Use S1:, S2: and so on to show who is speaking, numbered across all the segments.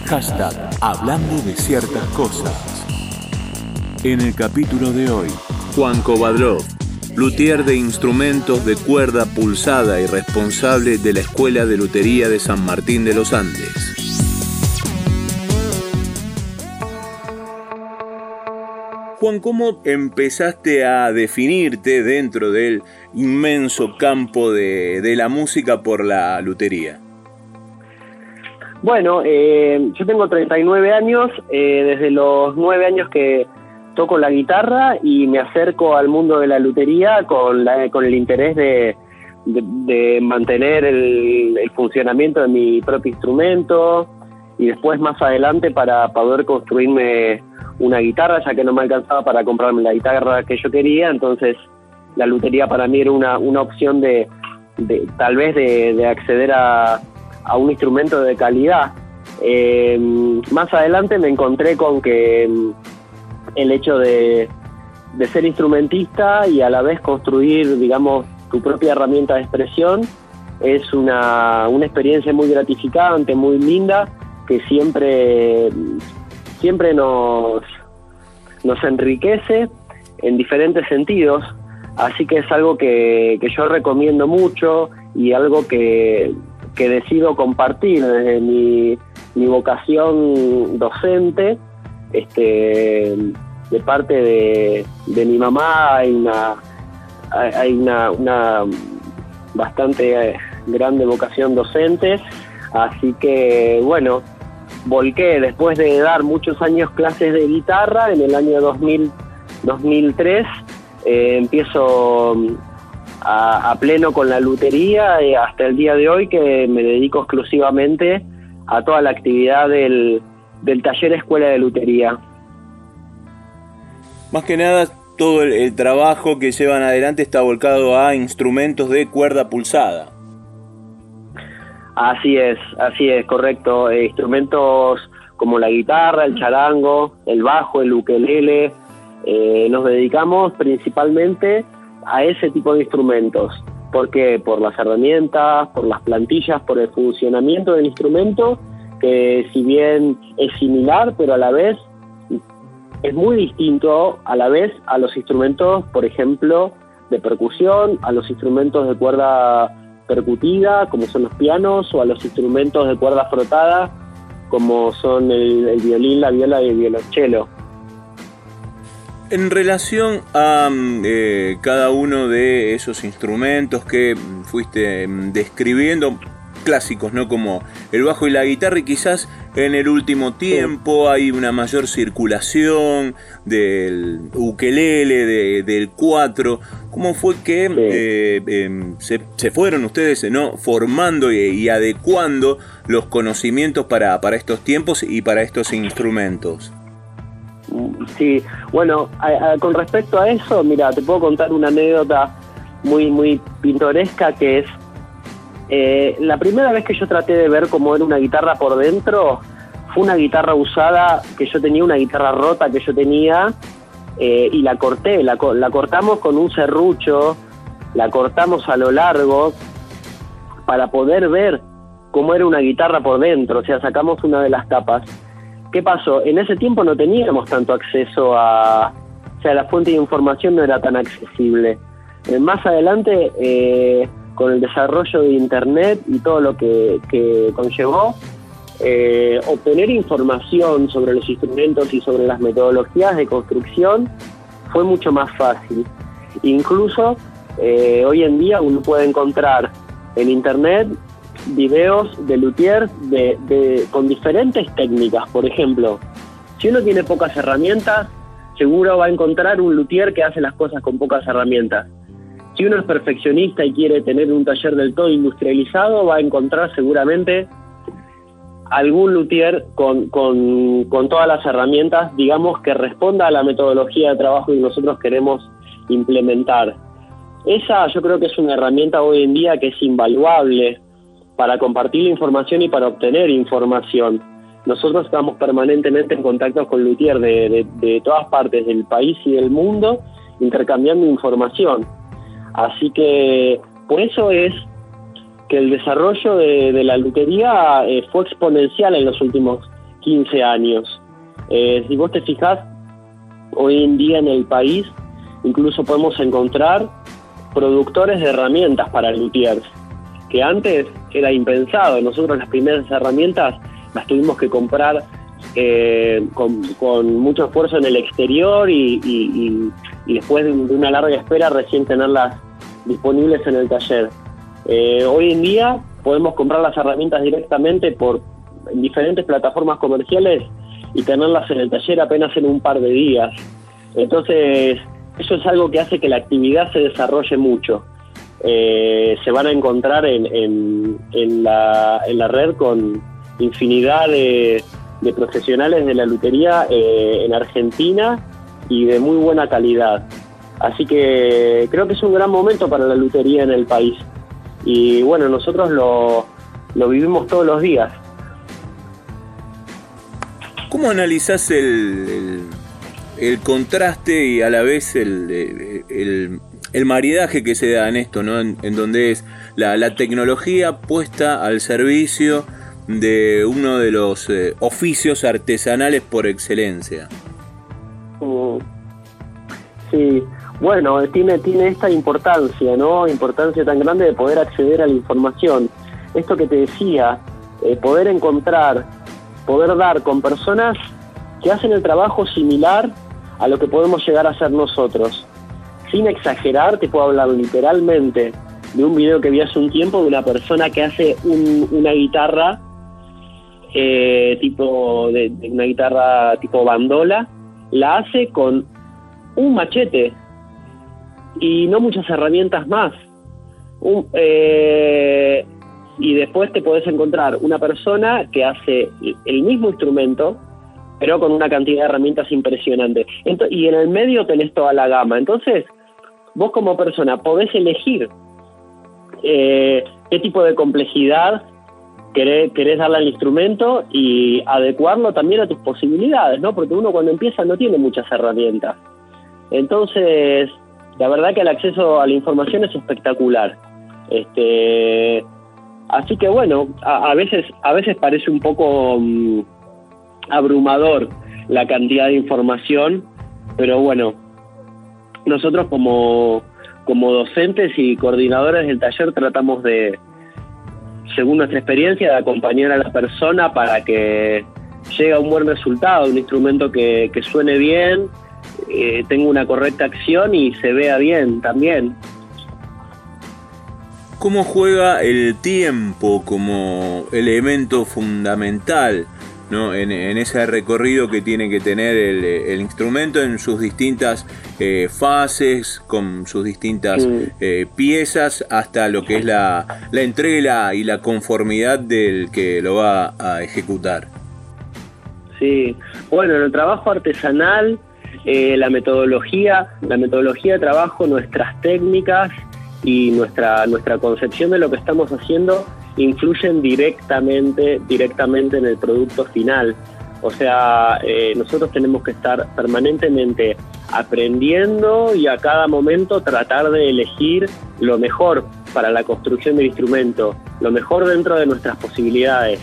S1: Hablando de ciertas cosas. En el capítulo de hoy, Juan Kovadlov, luthier de instrumentos de cuerda pulsada y responsable de la Escuela de Lutería de San Martín de los Andes. Juan, ¿cómo empezaste a definirte dentro del inmenso campo de la música por la lutería?
S2: Bueno, yo tengo 39 años, desde los 9 años que toco la guitarra y me acerco al mundo de la lutería con el interés de mantener el funcionamiento de mi propio instrumento y después más adelante para poder construirme una guitarra, ya que no me alcanzaba para comprarme la guitarra que yo quería. Entonces la lutería para mí era una opción de tal vez de acceder a un instrumento de calidad. Más adelante me encontré con que el hecho de ser instrumentista y a la vez construir, digamos, tu propia herramienta de expresión es una experiencia muy gratificante, muy linda, que siempre nos enriquece en diferentes sentidos. Así que es algo que yo recomiendo mucho y algo que decido compartir desde mi vocación docente. De parte de mi mamá hay una bastante grande vocación docente, así que bueno, volqué después de dar muchos años clases de guitarra. En el año 2003 empiezo a pleno con la lutería, hasta el día de hoy que me dedico exclusivamente a toda la actividad del taller Escuela de Lutería.
S1: Más que nada, todo el trabajo que llevan adelante está volcado a instrumentos de cuerda pulsada.
S2: Así es, correcto. Instrumentos como la guitarra, el charango, el bajo, el ukelele. Nos dedicamos principalmente a ese tipo de instrumentos. ¿Por qué? Por las herramientas, por las plantillas, por el funcionamiento del instrumento, que si bien es similar, pero a la vez es muy distinto a la vez a los instrumentos, por ejemplo, de percusión, a los instrumentos de cuerda percutida, como son los pianos, o a los instrumentos de cuerda frotada, como son el violín, la viola y el violonchelo.
S1: En relación a cada uno de esos instrumentos que fuiste describiendo, clásicos, ¿no? Como el bajo y la guitarra, y quizás en el último tiempo hay una mayor circulación del ukelele, del cuatro. ¿Cómo fue que se fueron ustedes, ¿no?, formando y adecuando los conocimientos para estos tiempos y para estos instrumentos?
S2: Sí, bueno, con respecto a eso, mira, te puedo contar una anécdota muy, muy pintoresca, que es la primera vez que yo traté de ver cómo era una guitarra por dentro. Fue una guitarra usada que yo tenía, una guitarra rota que yo tenía, y la corté, la cortamos con un serrucho, la cortamos a lo largo para poder ver cómo era una guitarra por dentro. O sea, sacamos una de las tapas. ¿Qué pasó? En ese tiempo no teníamos tanto acceso o sea, la fuente de información no era tan accesible. Más adelante, con el desarrollo de Internet y todo lo que conllevó, obtener información sobre los instrumentos y sobre las metodologías de construcción fue mucho más fácil. Incluso hoy en día uno puede encontrar en Internet videos de luthier con diferentes técnicas. Por ejemplo, si uno tiene pocas herramientas, seguro va a encontrar un luthier que hace las cosas con pocas herramientas. Si uno es perfeccionista y quiere tener un taller del todo industrializado, va a encontrar seguramente algún luthier con todas las herramientas, digamos, que responda a la metodología de trabajo que nosotros queremos implementar. Esa yo creo que es una herramienta hoy en día que es invaluable para compartir la información y para obtener información. Nosotros estamos permanentemente en contacto con luthier de todas partes del país y del mundo, intercambiando información. Así que por eso es que el desarrollo de la lutería fue exponencial en los últimos 15 años. Si vos te fijás, hoy en día en el país incluso podemos encontrar productores de herramientas para luthiers, que antes era impensado. Nosotros las primeras herramientas las tuvimos que comprar con mucho esfuerzo en el exterior y después de una larga espera recién tenerlas disponibles en el taller. Hoy en día podemos comprar las herramientas directamente en diferentes plataformas comerciales y tenerlas en el taller apenas en un par de días. Entonces, eso es algo que hace que la actividad se desarrolle mucho. Se van a encontrar en la red con infinidad de profesionales de la lutería en Argentina y de muy buena calidad. Así que creo que es un gran momento para la lutería en el país. Y bueno, nosotros lo vivimos todos los días.
S1: ¿Cómo analizás el contraste y a la vez el maridaje que se da en esto, ¿no? En donde es la tecnología puesta al servicio de uno de los oficios artesanales por excelencia?
S2: Sí, bueno, tiene esta importancia, ¿no? Importancia tan grande de poder acceder a la información. Esto que te decía, poder encontrar, poder dar con personas que hacen el trabajo similar a lo que podemos llegar a hacer nosotros. Sin exagerar, te puedo hablar literalmente de un video que vi hace un tiempo de una persona que hace una guitarra una guitarra tipo bandola, la hace con un machete y no muchas herramientas más. Y después te podés encontrar una persona que hace el mismo instrumento, pero con una cantidad de herramientas impresionante. Y en el medio tenés toda la gama. Entonces, vos como persona podés elegir qué tipo de complejidad querés darle al instrumento y adecuarlo también a tus posibilidades, ¿no? Porque uno cuando empieza no tiene muchas herramientas. Entonces, la verdad que el acceso a la información es espectacular. Así que bueno, a veces parece un poco abrumador la cantidad de información, pero bueno, nosotros como docentes y coordinadores del taller tratamos de, según nuestra experiencia, de acompañar a la persona para que llegue a un buen resultado, un instrumento que suene bien, tenga una correcta acción y se vea bien también.
S1: ¿Cómo juega el tiempo como elemento fundamental, ¿no? en ese recorrido que tiene que tener el instrumento en sus distintas fases, con sus distintas piezas, hasta lo que es la entrega y la conformidad del que lo va a ejecutar? Sí,
S2: bueno, en el trabajo artesanal, la metodología de trabajo, nuestras técnicas y nuestra concepción de lo que estamos haciendo influyen directamente en el producto final. O sea, nosotros tenemos que estar permanentemente aprendiendo y a cada momento tratar de elegir lo mejor para la construcción del instrumento, lo mejor dentro de nuestras posibilidades.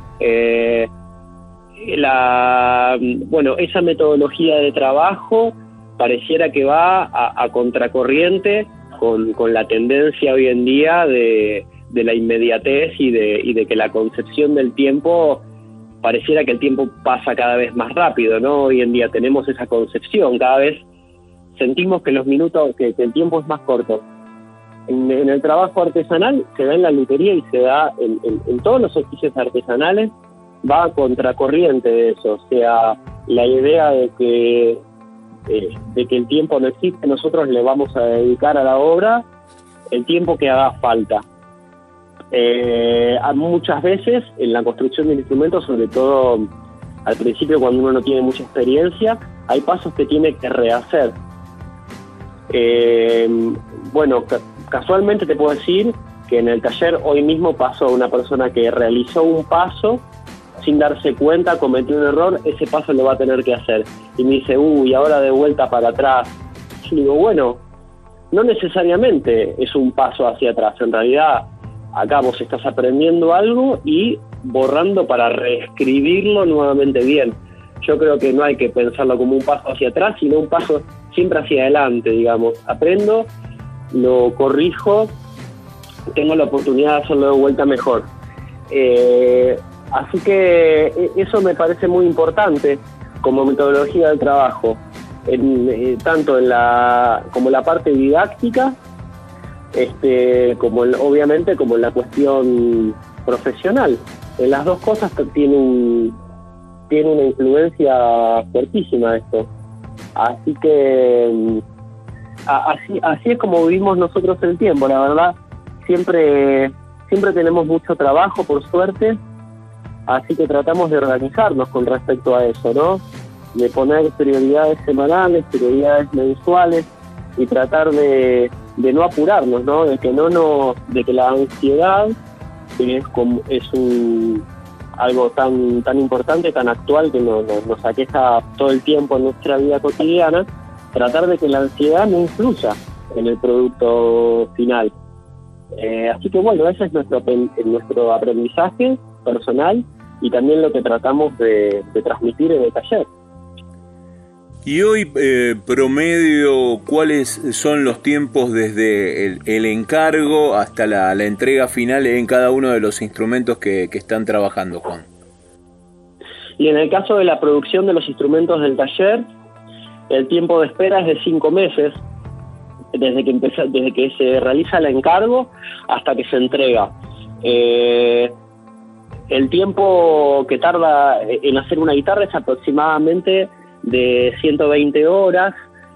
S2: Esa metodología de trabajo pareciera que va a contracorriente con la tendencia hoy en día de la inmediatez y de que la concepción del tiempo, pareciera que el tiempo pasa cada vez más rápido, ¿no? Hoy en día tenemos esa concepción, cada vez sentimos que que el tiempo es más corto. En el trabajo artesanal se da en la lutería y se da en todos los oficios artesanales, va a contracorriente de eso. O sea, la idea de que el tiempo no existe, nosotros le vamos a dedicar a la obra el tiempo que haga falta. Muchas veces en la construcción del instrumento, sobre todo al principio cuando uno no tiene mucha experiencia, hay pasos que tiene que rehacer. Casualmente te puedo decir que en el taller hoy mismo pasó una persona que realizó un paso sin darse cuenta, cometió un error, ese paso lo va a tener que hacer. Y me dice, ahora de vuelta para atrás. Yo digo, bueno, no necesariamente es un paso hacia atrás. En realidad, acá vos estás aprendiendo algo y borrando para reescribirlo nuevamente bien. Yo creo que no hay que pensarlo como un paso hacia atrás, sino un paso siempre hacia adelante, digamos. Aprendo, lo corrijo, tengo la oportunidad de hacerlo de vuelta mejor. Así que eso me parece muy importante como metodología del trabajo, tanto como la parte didáctica, obviamente como en la cuestión profesional. En las dos cosas tiene una influencia fuertísima esto. Así que así es como vivimos nosotros el tiempo, la verdad. Siempre tenemos mucho trabajo, por suerte, así que tratamos de organizarnos con respecto a eso, ¿no? De poner prioridades semanales, prioridades mensuales y tratar de no apurarnos, ¿no? De que la ansiedad, que es algo tan importante, tan actual, que nos aqueja todo el tiempo en nuestra vida cotidiana, tratar de que la ansiedad no influya en el producto final. Así que bueno, ese es nuestro aprendizaje personal y también lo que tratamos de transmitir en el taller.
S1: Y hoy, promedio, ¿cuáles son los tiempos desde el encargo hasta la entrega final en cada uno de los instrumentos que están trabajando, Juan?
S2: Y en el caso de la producción de los instrumentos del taller, el tiempo de espera es de 5 meses, desde que se realiza el encargo hasta que se entrega. El tiempo que tarda en hacer una guitarra es aproximadamente de 120 horas.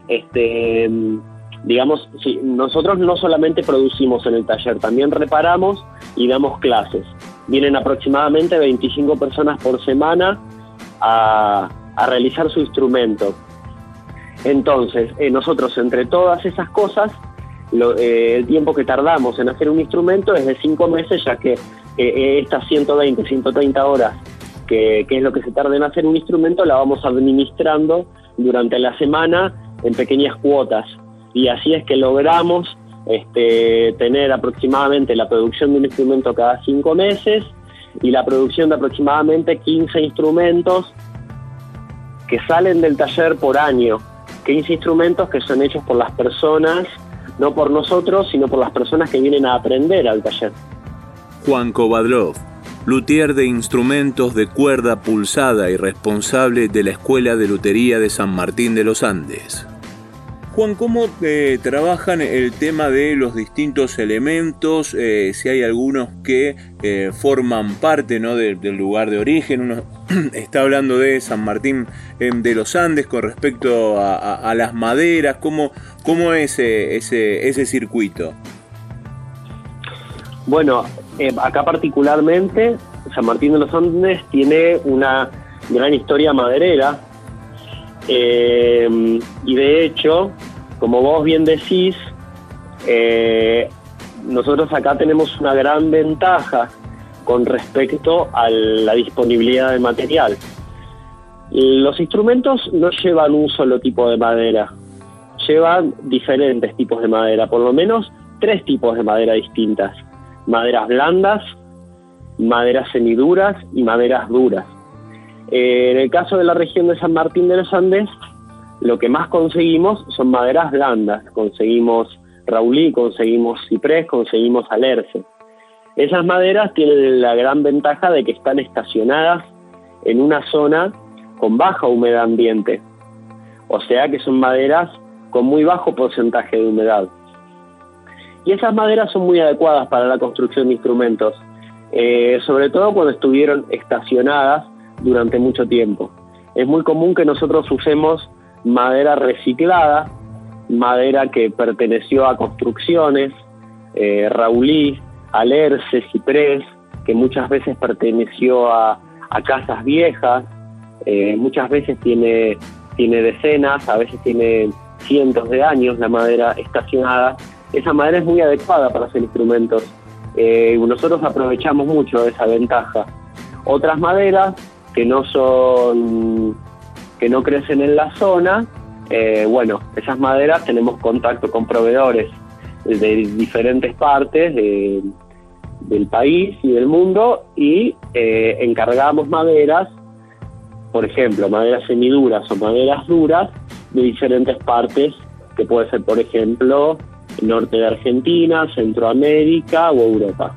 S2: Digamos, sí, nosotros no solamente producimos en el taller, también reparamos y damos clases. Vienen aproximadamente 25 personas por semana a realizar su instrumento. Entonces, nosotros entre todas esas cosas, el tiempo que tardamos en hacer un instrumento es de 5 meses, ya que estas 120, 130 horas, que es lo que se tarda en hacer un instrumento, la vamos administrando durante la semana en pequeñas cuotas. Y así es que logramos tener aproximadamente la producción de un instrumento cada 5 meses y la producción de aproximadamente 15 instrumentos que salen del taller por año. 15 instrumentos que son hechos por las personas, no por nosotros, sino por las personas que vienen a aprender al taller.
S1: Juan Kovadlov, luthier de instrumentos de cuerda pulsada y responsable de la Escuela de Lutería de San Martín de los Andes. Juan, ¿cómo trabajan el tema de los distintos elementos? Si hay algunos que forman parte, ¿no?, del lugar de origen. Uno está hablando de San Martín de los Andes con respecto a las maderas. ¿Cómo es ese circuito?
S2: Bueno, acá particularmente San Martín de los Andes tiene una gran historia maderera. Y de hecho, como vos bien decís, nosotros acá tenemos una gran ventaja con respecto a la disponibilidad de material. Los instrumentos no llevan un solo tipo de madera, llevan diferentes tipos de madera, por lo menos 3 tipos de madera distintas: maderas blandas, maderas semiduras y maderas duras. En el caso de la región de San Martín de los Andes, lo que más conseguimos son maderas blandas. Conseguimos raulí, conseguimos ciprés, conseguimos alerce. Esas maderas tienen la gran ventaja de que están estacionadas en una zona con baja humedad ambiente. O sea que son maderas con muy bajo porcentaje de humedad. Y esas maderas son muy adecuadas para la construcción de instrumentos, sobre todo cuando estuvieron estacionadas durante mucho tiempo. Es muy común que nosotros usemos madera reciclada, madera que perteneció a construcciones, raulí, alerce, ciprés, que muchas veces perteneció a casas viejas, muchas veces tiene decenas, a veces tiene cientos de años la madera estacionada. Esa madera es muy adecuada para hacer instrumentos. Nosotros aprovechamos mucho esa ventaja. Otras maderas que no crecen en la zona, esas maderas tenemos contacto con proveedores de diferentes partes de del país y del mundo, y encargamos maderas, por ejemplo, maderas semiduras o maderas duras de diferentes partes, que puede ser, por ejemplo, el norte de Argentina, Centroamérica o Europa.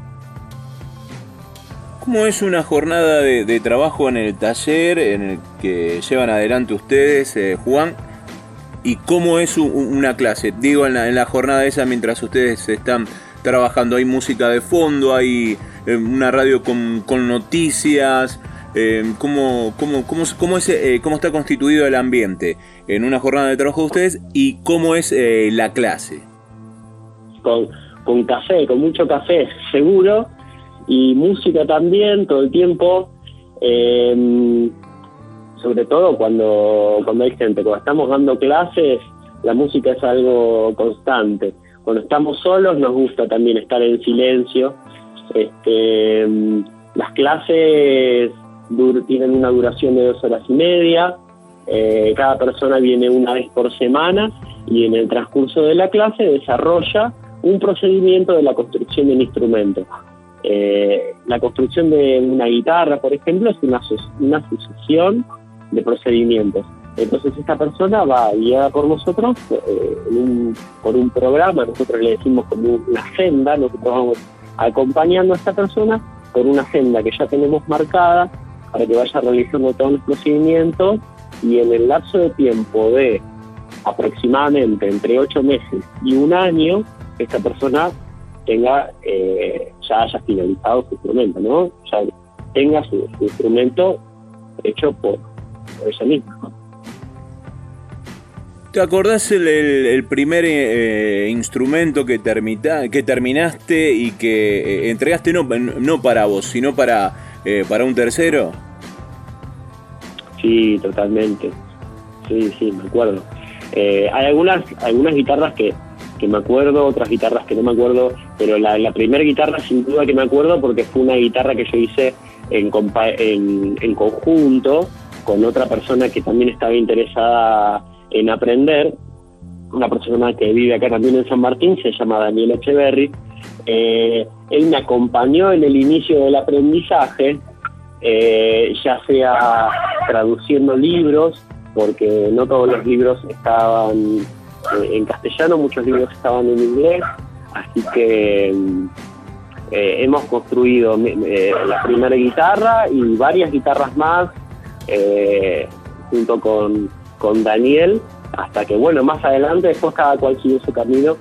S1: ¿Cómo es una jornada de trabajo en el taller en el que llevan adelante ustedes, Juan? ¿Y cómo es una clase? Digo, en la jornada esa, mientras ustedes están trabajando, ¿hay música de fondo? ¿Hay una radio con noticias? ¿Cómo está constituido el ambiente en una jornada de trabajo de ustedes? ¿Y cómo es la clase?
S2: Con café, con mucho café, seguro. Y música también, todo el tiempo, sobre todo cuando hay gente. Cuando estamos dando clases, la música es algo constante. Cuando estamos solos nos gusta también estar en silencio. Las clases tienen una duración de 2 horas y media, cada persona viene una vez por semana, y en el transcurso de la clase desarrolla un procedimiento de la construcción del instrumento. La construcción de una guitarra, por ejemplo, es una sucesión de procedimientos. Entonces esta persona va guiada por nosotros por un programa, nosotros le decimos como una senda, nosotros vamos acompañando a esta persona por una senda que ya tenemos marcada para que vaya realizando todos los procedimientos, y en el lapso de tiempo de aproximadamente entre 8 meses y 1 año, esta persona ya haya finalizado su instrumento, ¿no? Ya tenga su instrumento hecho por ella misma, ¿no?
S1: ¿Te acordás el primer instrumento que terminaste y que entregaste no para vos, sino para un tercero?
S2: Sí, totalmente. Sí, me acuerdo. Hay algunas guitarras que me acuerdo, otras guitarras que no me acuerdo, pero la primera guitarra sin duda que me acuerdo, porque fue una guitarra que yo hice en conjunto con otra persona que también estaba interesada en aprender, una persona que vive acá también en San Martín, se llama Daniel Echeverry. Él me acompañó en el inicio del aprendizaje, ya sea traduciendo libros, porque no todos los libros estaban en castellano, muchos libros estaban en inglés, así que hemos construido la primera guitarra y varias guitarras más junto con Daniel, hasta que bueno, más adelante después cada cual siguió su camino,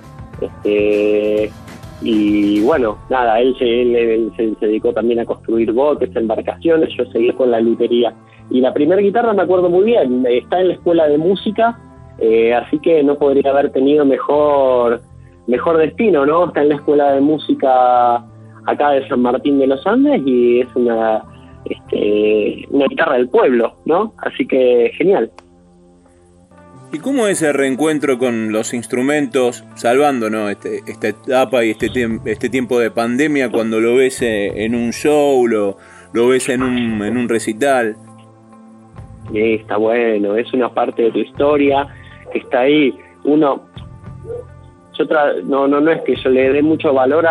S2: y bueno, nada, él se dedicó también a construir botes, embarcaciones, yo seguí con la lutería. Y la primera guitarra me acuerdo muy bien, está en la escuela de música, así que no podría haber tenido mejor destino, ¿no? Está en la escuela de música acá de San Martín de los Andes, y es una guitarra del pueblo, ¿no? Así que genial.
S1: ¿Y cómo es el reencuentro con los instrumentos, salvando, ¿no? esta etapa y este tiempo de pandemia, cuando lo ves en un show, lo ves en un recital?
S2: Está bueno, es una parte de tu historia que está ahí. No es que yo le dé mucho valor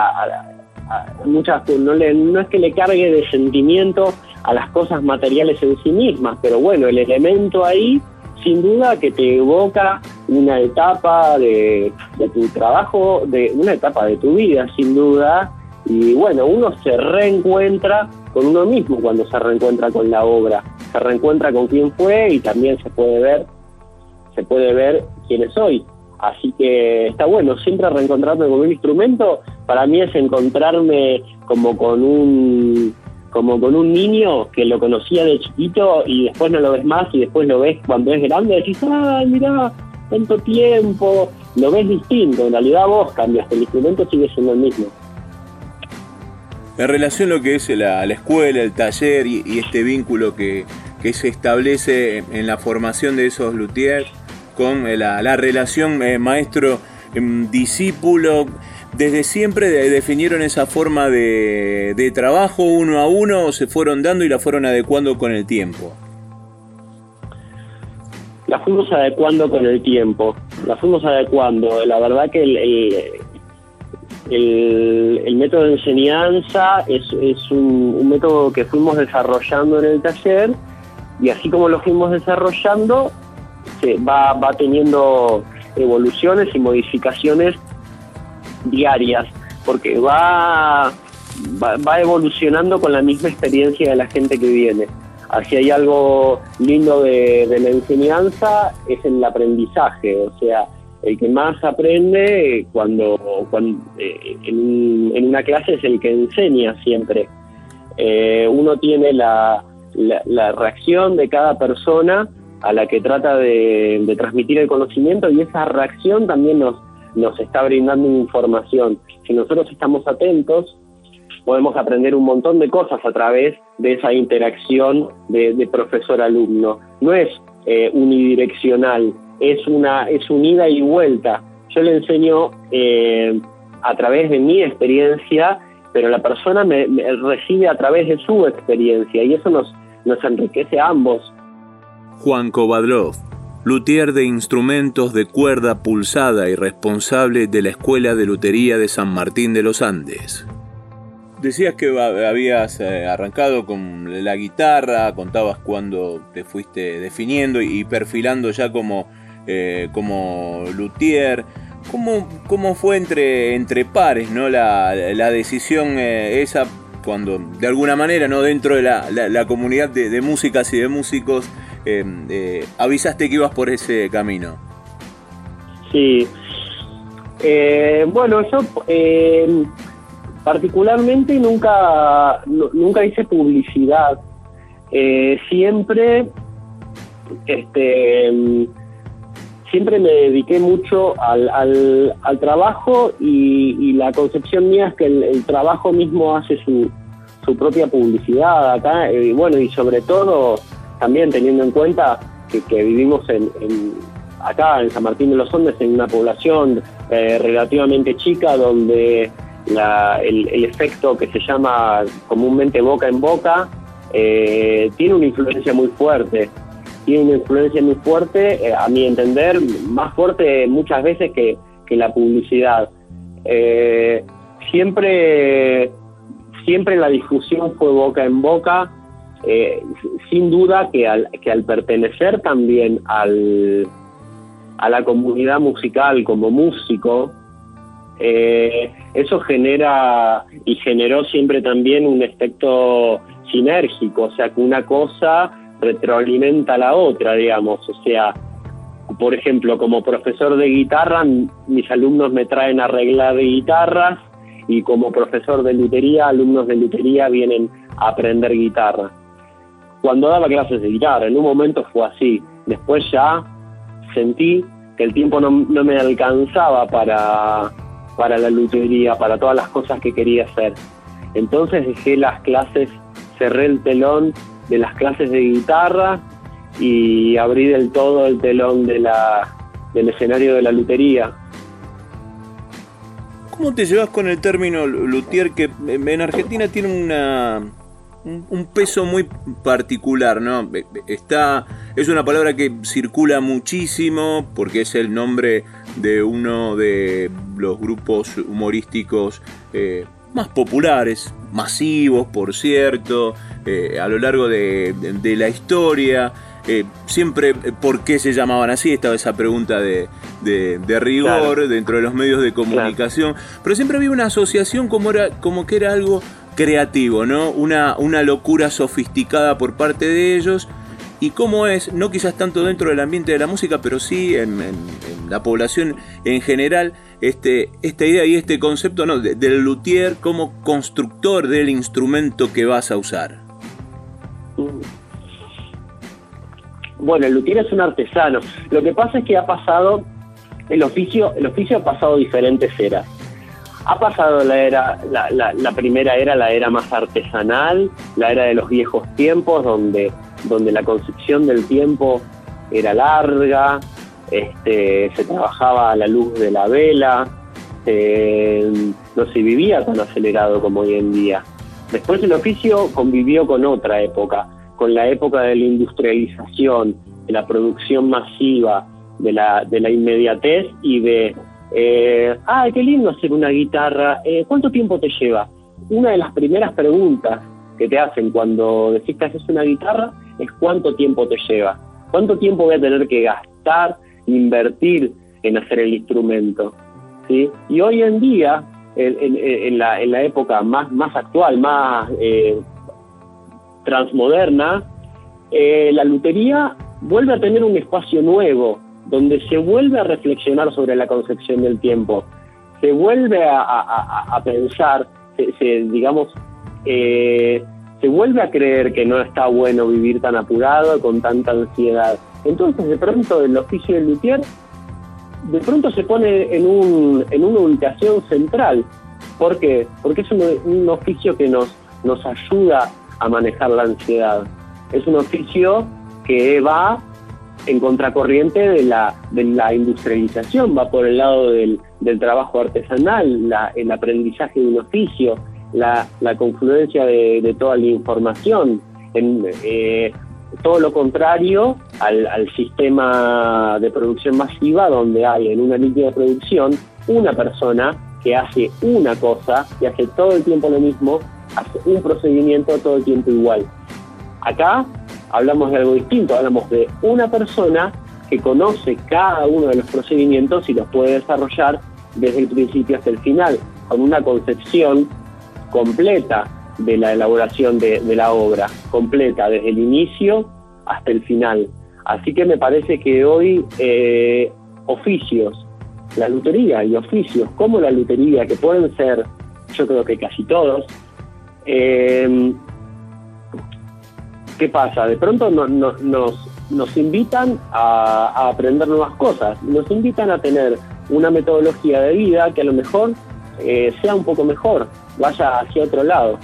S2: no es que le cargue de sentimiento a las cosas materiales en sí mismas, pero bueno, el elemento ahí sin duda que te evoca una etapa de tu trabajo, de una etapa de tu vida sin duda, y bueno, uno se reencuentra con uno mismo cuando se reencuentra con la obra, se reencuentra con quién fue, y también se puede ver quién es hoy. Así que está bueno, siempre reencontrarme con un instrumento, para mí es encontrarme como con un niño que lo conocía de chiquito y después no lo ves más, y después lo ves cuando es grande y decís, ¡ay, mirá, tanto tiempo! Lo ves distinto, en realidad vos cambias, el instrumento sigue siendo el mismo.
S1: En relación a lo que es la escuela, el taller y este vínculo que se establece en la formación de esos luthiers con la relación maestro-discípulo, ¿desde siempre definieron esa forma de trabajo uno a uno, o se fueron dando y la fueron adecuando con el tiempo?
S2: La fuimos adecuando con el tiempo, la verdad que el método de enseñanza es un método que fuimos desarrollando en el taller, y así como lo fuimos desarrollando, se va teniendo evoluciones y modificaciones diarias, porque va evolucionando con la misma experiencia de la gente que viene. Así hay algo lindo de la enseñanza, es el aprendizaje, o sea, el que más aprende cuando en una clase es el que enseña siempre. Uno tiene la reacción de cada persona a la que trata de transmitir el conocimiento, y esa reacción también nos está brindando información. Si nosotros estamos atentos, podemos aprender un montón de cosas a través de esa interacción de profesor-alumno. No es unidireccional, es un ida y vuelta. Yo le enseño a través de mi experiencia, pero la persona me recibe a través de su experiencia, y eso nos enriquece a ambos.
S1: Juan Kovadlov, luthier de instrumentos de cuerda pulsada y responsable de la Escuela de Lutería de San Martín de los Andes. Decías que habías arrancado con la guitarra, contabas cuando te fuiste definiendo y perfilando ya como luthier. ¿Cómo fue entre pares, ¿no? la decisión esa, cuando de alguna manera, ¿no?, dentro de la comunidad de músicas y de músicos avisaste que ibas por ese camino?
S2: Sí. Bueno, yo particularmente nunca hice publicidad. Siempre me dediqué mucho al trabajo, y la concepción mía es que el trabajo mismo hace su propia publicidad acá, y bueno, y sobre todo también teniendo en cuenta que vivimos acá en San Martín de los Andes, en una población relativamente chica, donde el efecto que se llama comúnmente boca en boca tiene una influencia muy fuerte. A mi entender, más fuerte muchas veces que la publicidad. Siempre la difusión fue boca en boca, sin duda que al pertenecer también a la comunidad musical como músico, eso generó siempre también un efecto sinérgico, o sea, que una cosa retroalimenta a la otra, digamos. O sea, por ejemplo, como profesor de guitarra, mis alumnos me traen a arreglar guitarras, y como profesor de lutería, alumnos de lutería vienen a aprender guitarra. Cuando daba clases de guitarra, en un momento fue así. Después ya sentí que el tiempo no me alcanzaba para la lutería, para todas las cosas que quería hacer. Entonces dejé las clases, cerré el telón de las clases de guitarra y abrí del todo el telón del escenario de la lutería.
S1: ¿Cómo te llevas con el término luthier, que en Argentina tiene un peso muy particular, ¿no? Es una palabra que circula muchísimo porque es el nombre de uno de los grupos humorísticos más populares, masivos, por cierto, a lo largo de la historia. Siempre, ¿por qué se llamaban así? Estaba esa pregunta de rigor, claro, dentro de los medios de comunicación. Claro. Pero siempre había una asociación como que era algo creativo, ¿no? Una locura sofisticada por parte de ellos. Y cómo es, no quizás tanto dentro del ambiente de la música, pero sí en la población en general, esta idea y este concepto, ¿no?, del luthier como constructor del instrumento que vas a usar.
S2: Bueno, el luthier es un artesano. Lo que pasa es que el oficio ha pasado diferentes eras. Ha pasado la primera era, la era más artesanal, la era de los viejos tiempos, donde la concepción del tiempo era larga, se trabajaba a la luz de la vela, no se vivía tan acelerado como hoy en día. Después el oficio convivió con otra época, con la época de la industrialización, de la producción masiva, de la inmediatez y de Qué lindo hacer una guitarra, ¿cuánto tiempo te lleva? Una de las primeras preguntas que te hacen cuando decís que haces una guitarra es ¿cuánto tiempo te lleva? ¿Cuánto tiempo voy a tener que gastar, invertir en hacer el instrumento? ¿Sí? Y hoy en día, en la época más actual, más transmoderna, la lutería vuelve a tener un espacio nuevo, donde se vuelve a reflexionar sobre la concepción del tiempo, se vuelve a pensar, se vuelve a creer que no está bueno vivir tan apurado, con tanta ansiedad. Entonces, de pronto, el oficio del luthier, de pronto se pone en una ubicación central. ¿Por qué? Porque es un oficio que nos ayuda a manejar la ansiedad. Es un oficio que va en contracorriente de la industrialización, va por el lado del trabajo artesanal, el aprendizaje de un oficio, la confluencia de toda la información, todo lo contrario al sistema de producción masiva, donde hay en una línea de producción una persona que hace una cosa, que hace todo el tiempo lo mismo, hace un procedimiento todo el tiempo igual. Acá hablamos de algo distinto, hablamos de una persona que conoce cada uno de los procedimientos y los puede desarrollar desde el principio hasta el final, con una concepción completa de la elaboración de la obra, completa, desde el inicio hasta el final. Así que me parece que hoy oficios, la lutería y oficios como la lutería, que pueden ser, yo creo que casi todos, ¿qué pasa? De pronto nos invitan a aprender nuevas cosas, nos invitan a tener una metodología de vida que a lo mejor sea un poco mejor, vaya hacia otro lado.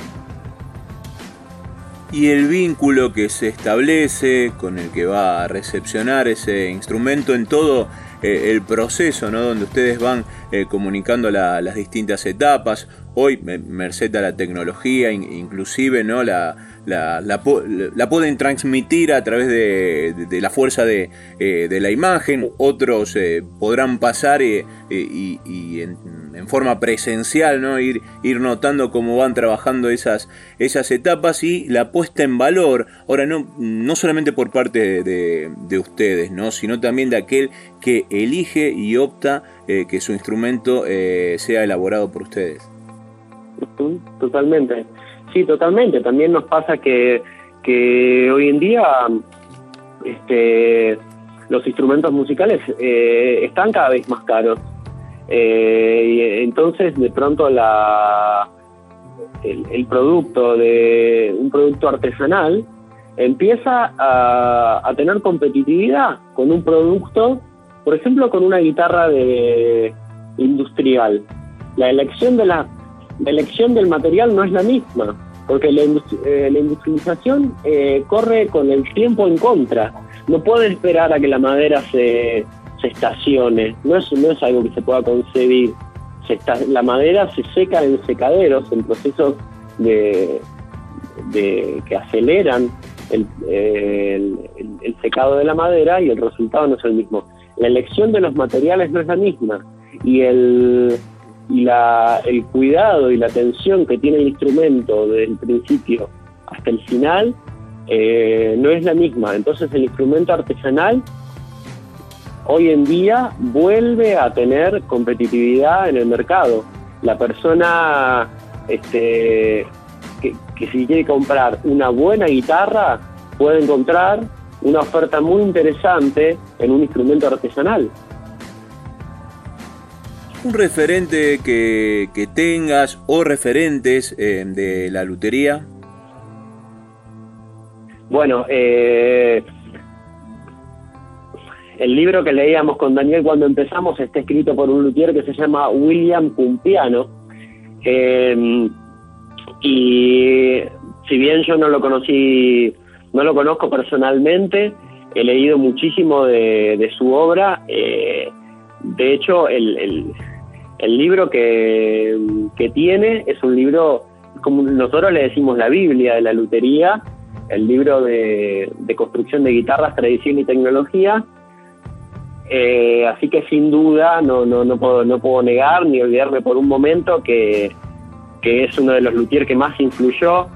S1: Y el vínculo que se establece con el que va a recepcionar ese instrumento en todo el proceso, ¿no? Donde ustedes van comunicando las distintas etapas. Hoy, merced a la tecnología, inclusive, ¿no? La pueden transmitir a través de la fuerza de la imagen. Otros podrán pasar y en forma presencial, ¿no? Ir notando cómo van trabajando esas etapas y la puesta en valor. Ahora, no solamente por parte de ustedes, ¿no? Sino también de aquel que elige y opta que su instrumento sea elaborado por ustedes.
S2: Totalmente. Sí, totalmente. También nos pasa que hoy en día los instrumentos musicales están cada vez más caros. Y entonces, de pronto, el producto de un producto artesanal empieza a tener competitividad con un producto, por ejemplo, con una guitarra industrial. La elección del material no es la misma, porque la industrialización corre con el tiempo en contra. No puede esperar a que la madera se estacione, no es algo que se pueda concebir. La madera se seca en secaderos, en procesos que aceleran el secado de la madera, y el resultado no es el mismo. La elección de los materiales no es la misma, y el cuidado y la atención que tiene el instrumento desde el principio hasta el final no es la misma. Entonces, el instrumento artesanal hoy en día vuelve a tener competitividad en el mercado. La persona que si quiere comprar una buena guitarra puede encontrar una oferta muy interesante en un instrumento artesanal.
S1: ¿Un referente que tengas o referentes de la lutería?
S2: Bueno, el libro que leíamos con Daniel cuando empezamos está escrito por un luthier que se llama William Pumpiano, y si bien yo no lo conozco personalmente, he leído muchísimo de su obra. De hecho, el libro que tiene es un libro, como nosotros le decimos, la Biblia de la lutería, el libro de construcción de guitarras, tradición y tecnología, Así que sin duda no puedo negar ni olvidarme por un momento que es uno de los luthiers que más influyó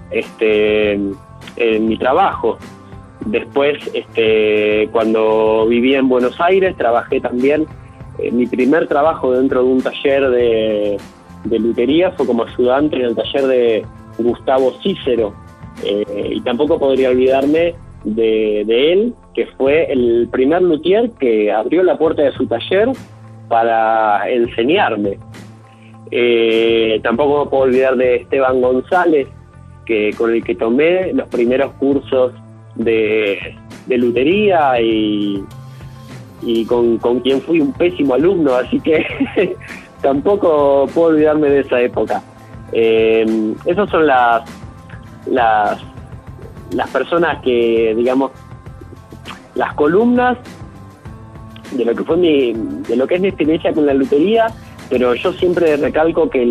S2: en mi trabajo. Después, cuando vivía en Buenos Aires, trabajé también. Mi primer trabajo dentro de un taller de lutería fue como ayudante en el taller de Gustavo Cícero. Y tampoco podría olvidarme de él, que fue el primer luthier que abrió la puerta de su taller para enseñarme. Tampoco me puedo olvidar de Esteban González, con el que tomé los primeros cursos de lutería y con quien fui un pésimo alumno, así que tampoco puedo olvidarme de esa época. Esas son las personas que, digamos, las columnas de lo que fue de lo que es mi experiencia con la lutería, pero yo siempre recalco que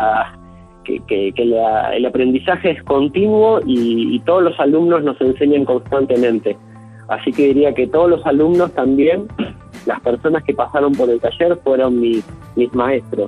S2: el aprendizaje es continuo y todos los alumnos nos enseñan constantemente. Así que diría que todos los alumnos también, las personas que pasaron por el taller, fueron mis maestros.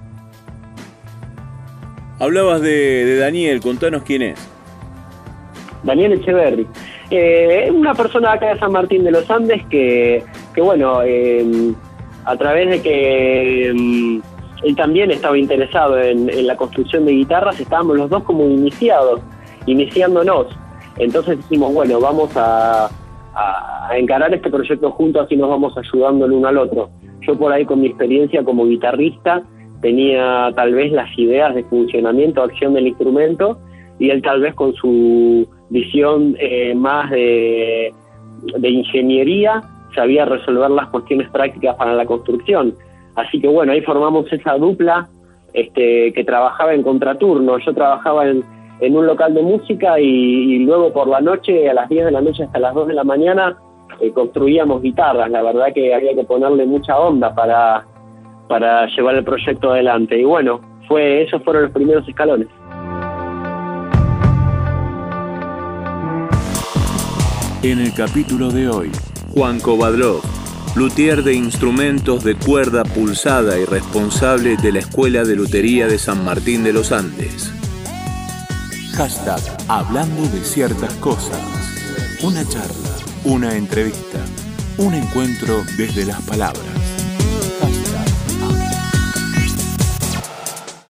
S1: Hablabas de Daniel, contanos quién es.
S2: Daniel Echeverri. Es una persona acá de San Martín de los Andes que bueno, a través de que él también estaba interesado en la construcción de guitarras, estábamos los dos como iniciándonos. Entonces dijimos, bueno, vamos a encarar este proyecto juntos, así nos vamos ayudando el uno al otro. Yo por ahí con mi experiencia como guitarrista tenía tal vez las ideas de funcionamiento, acción del instrumento, y él tal vez con su visión más de ingeniería sabía resolver las cuestiones prácticas para la construcción. Así que bueno, ahí formamos esa dupla que trabajaba en contraturno. Yo trabajaba en un local de música y luego por la noche, a las 10 de la noche hasta las 2 de la mañana, construíamos guitarras. La verdad que había que ponerle mucha onda para llevar el proyecto adelante. Y bueno, esos fueron los primeros escalones.
S1: En el capítulo de hoy, Juan Kovadlov, luthier de instrumentos de cuerda pulsada y responsable de la Escuela de Lutería de San Martín de los Andes. Hashtag Hablando de ciertas cosas. Una charla, una entrevista, un encuentro desde las palabras.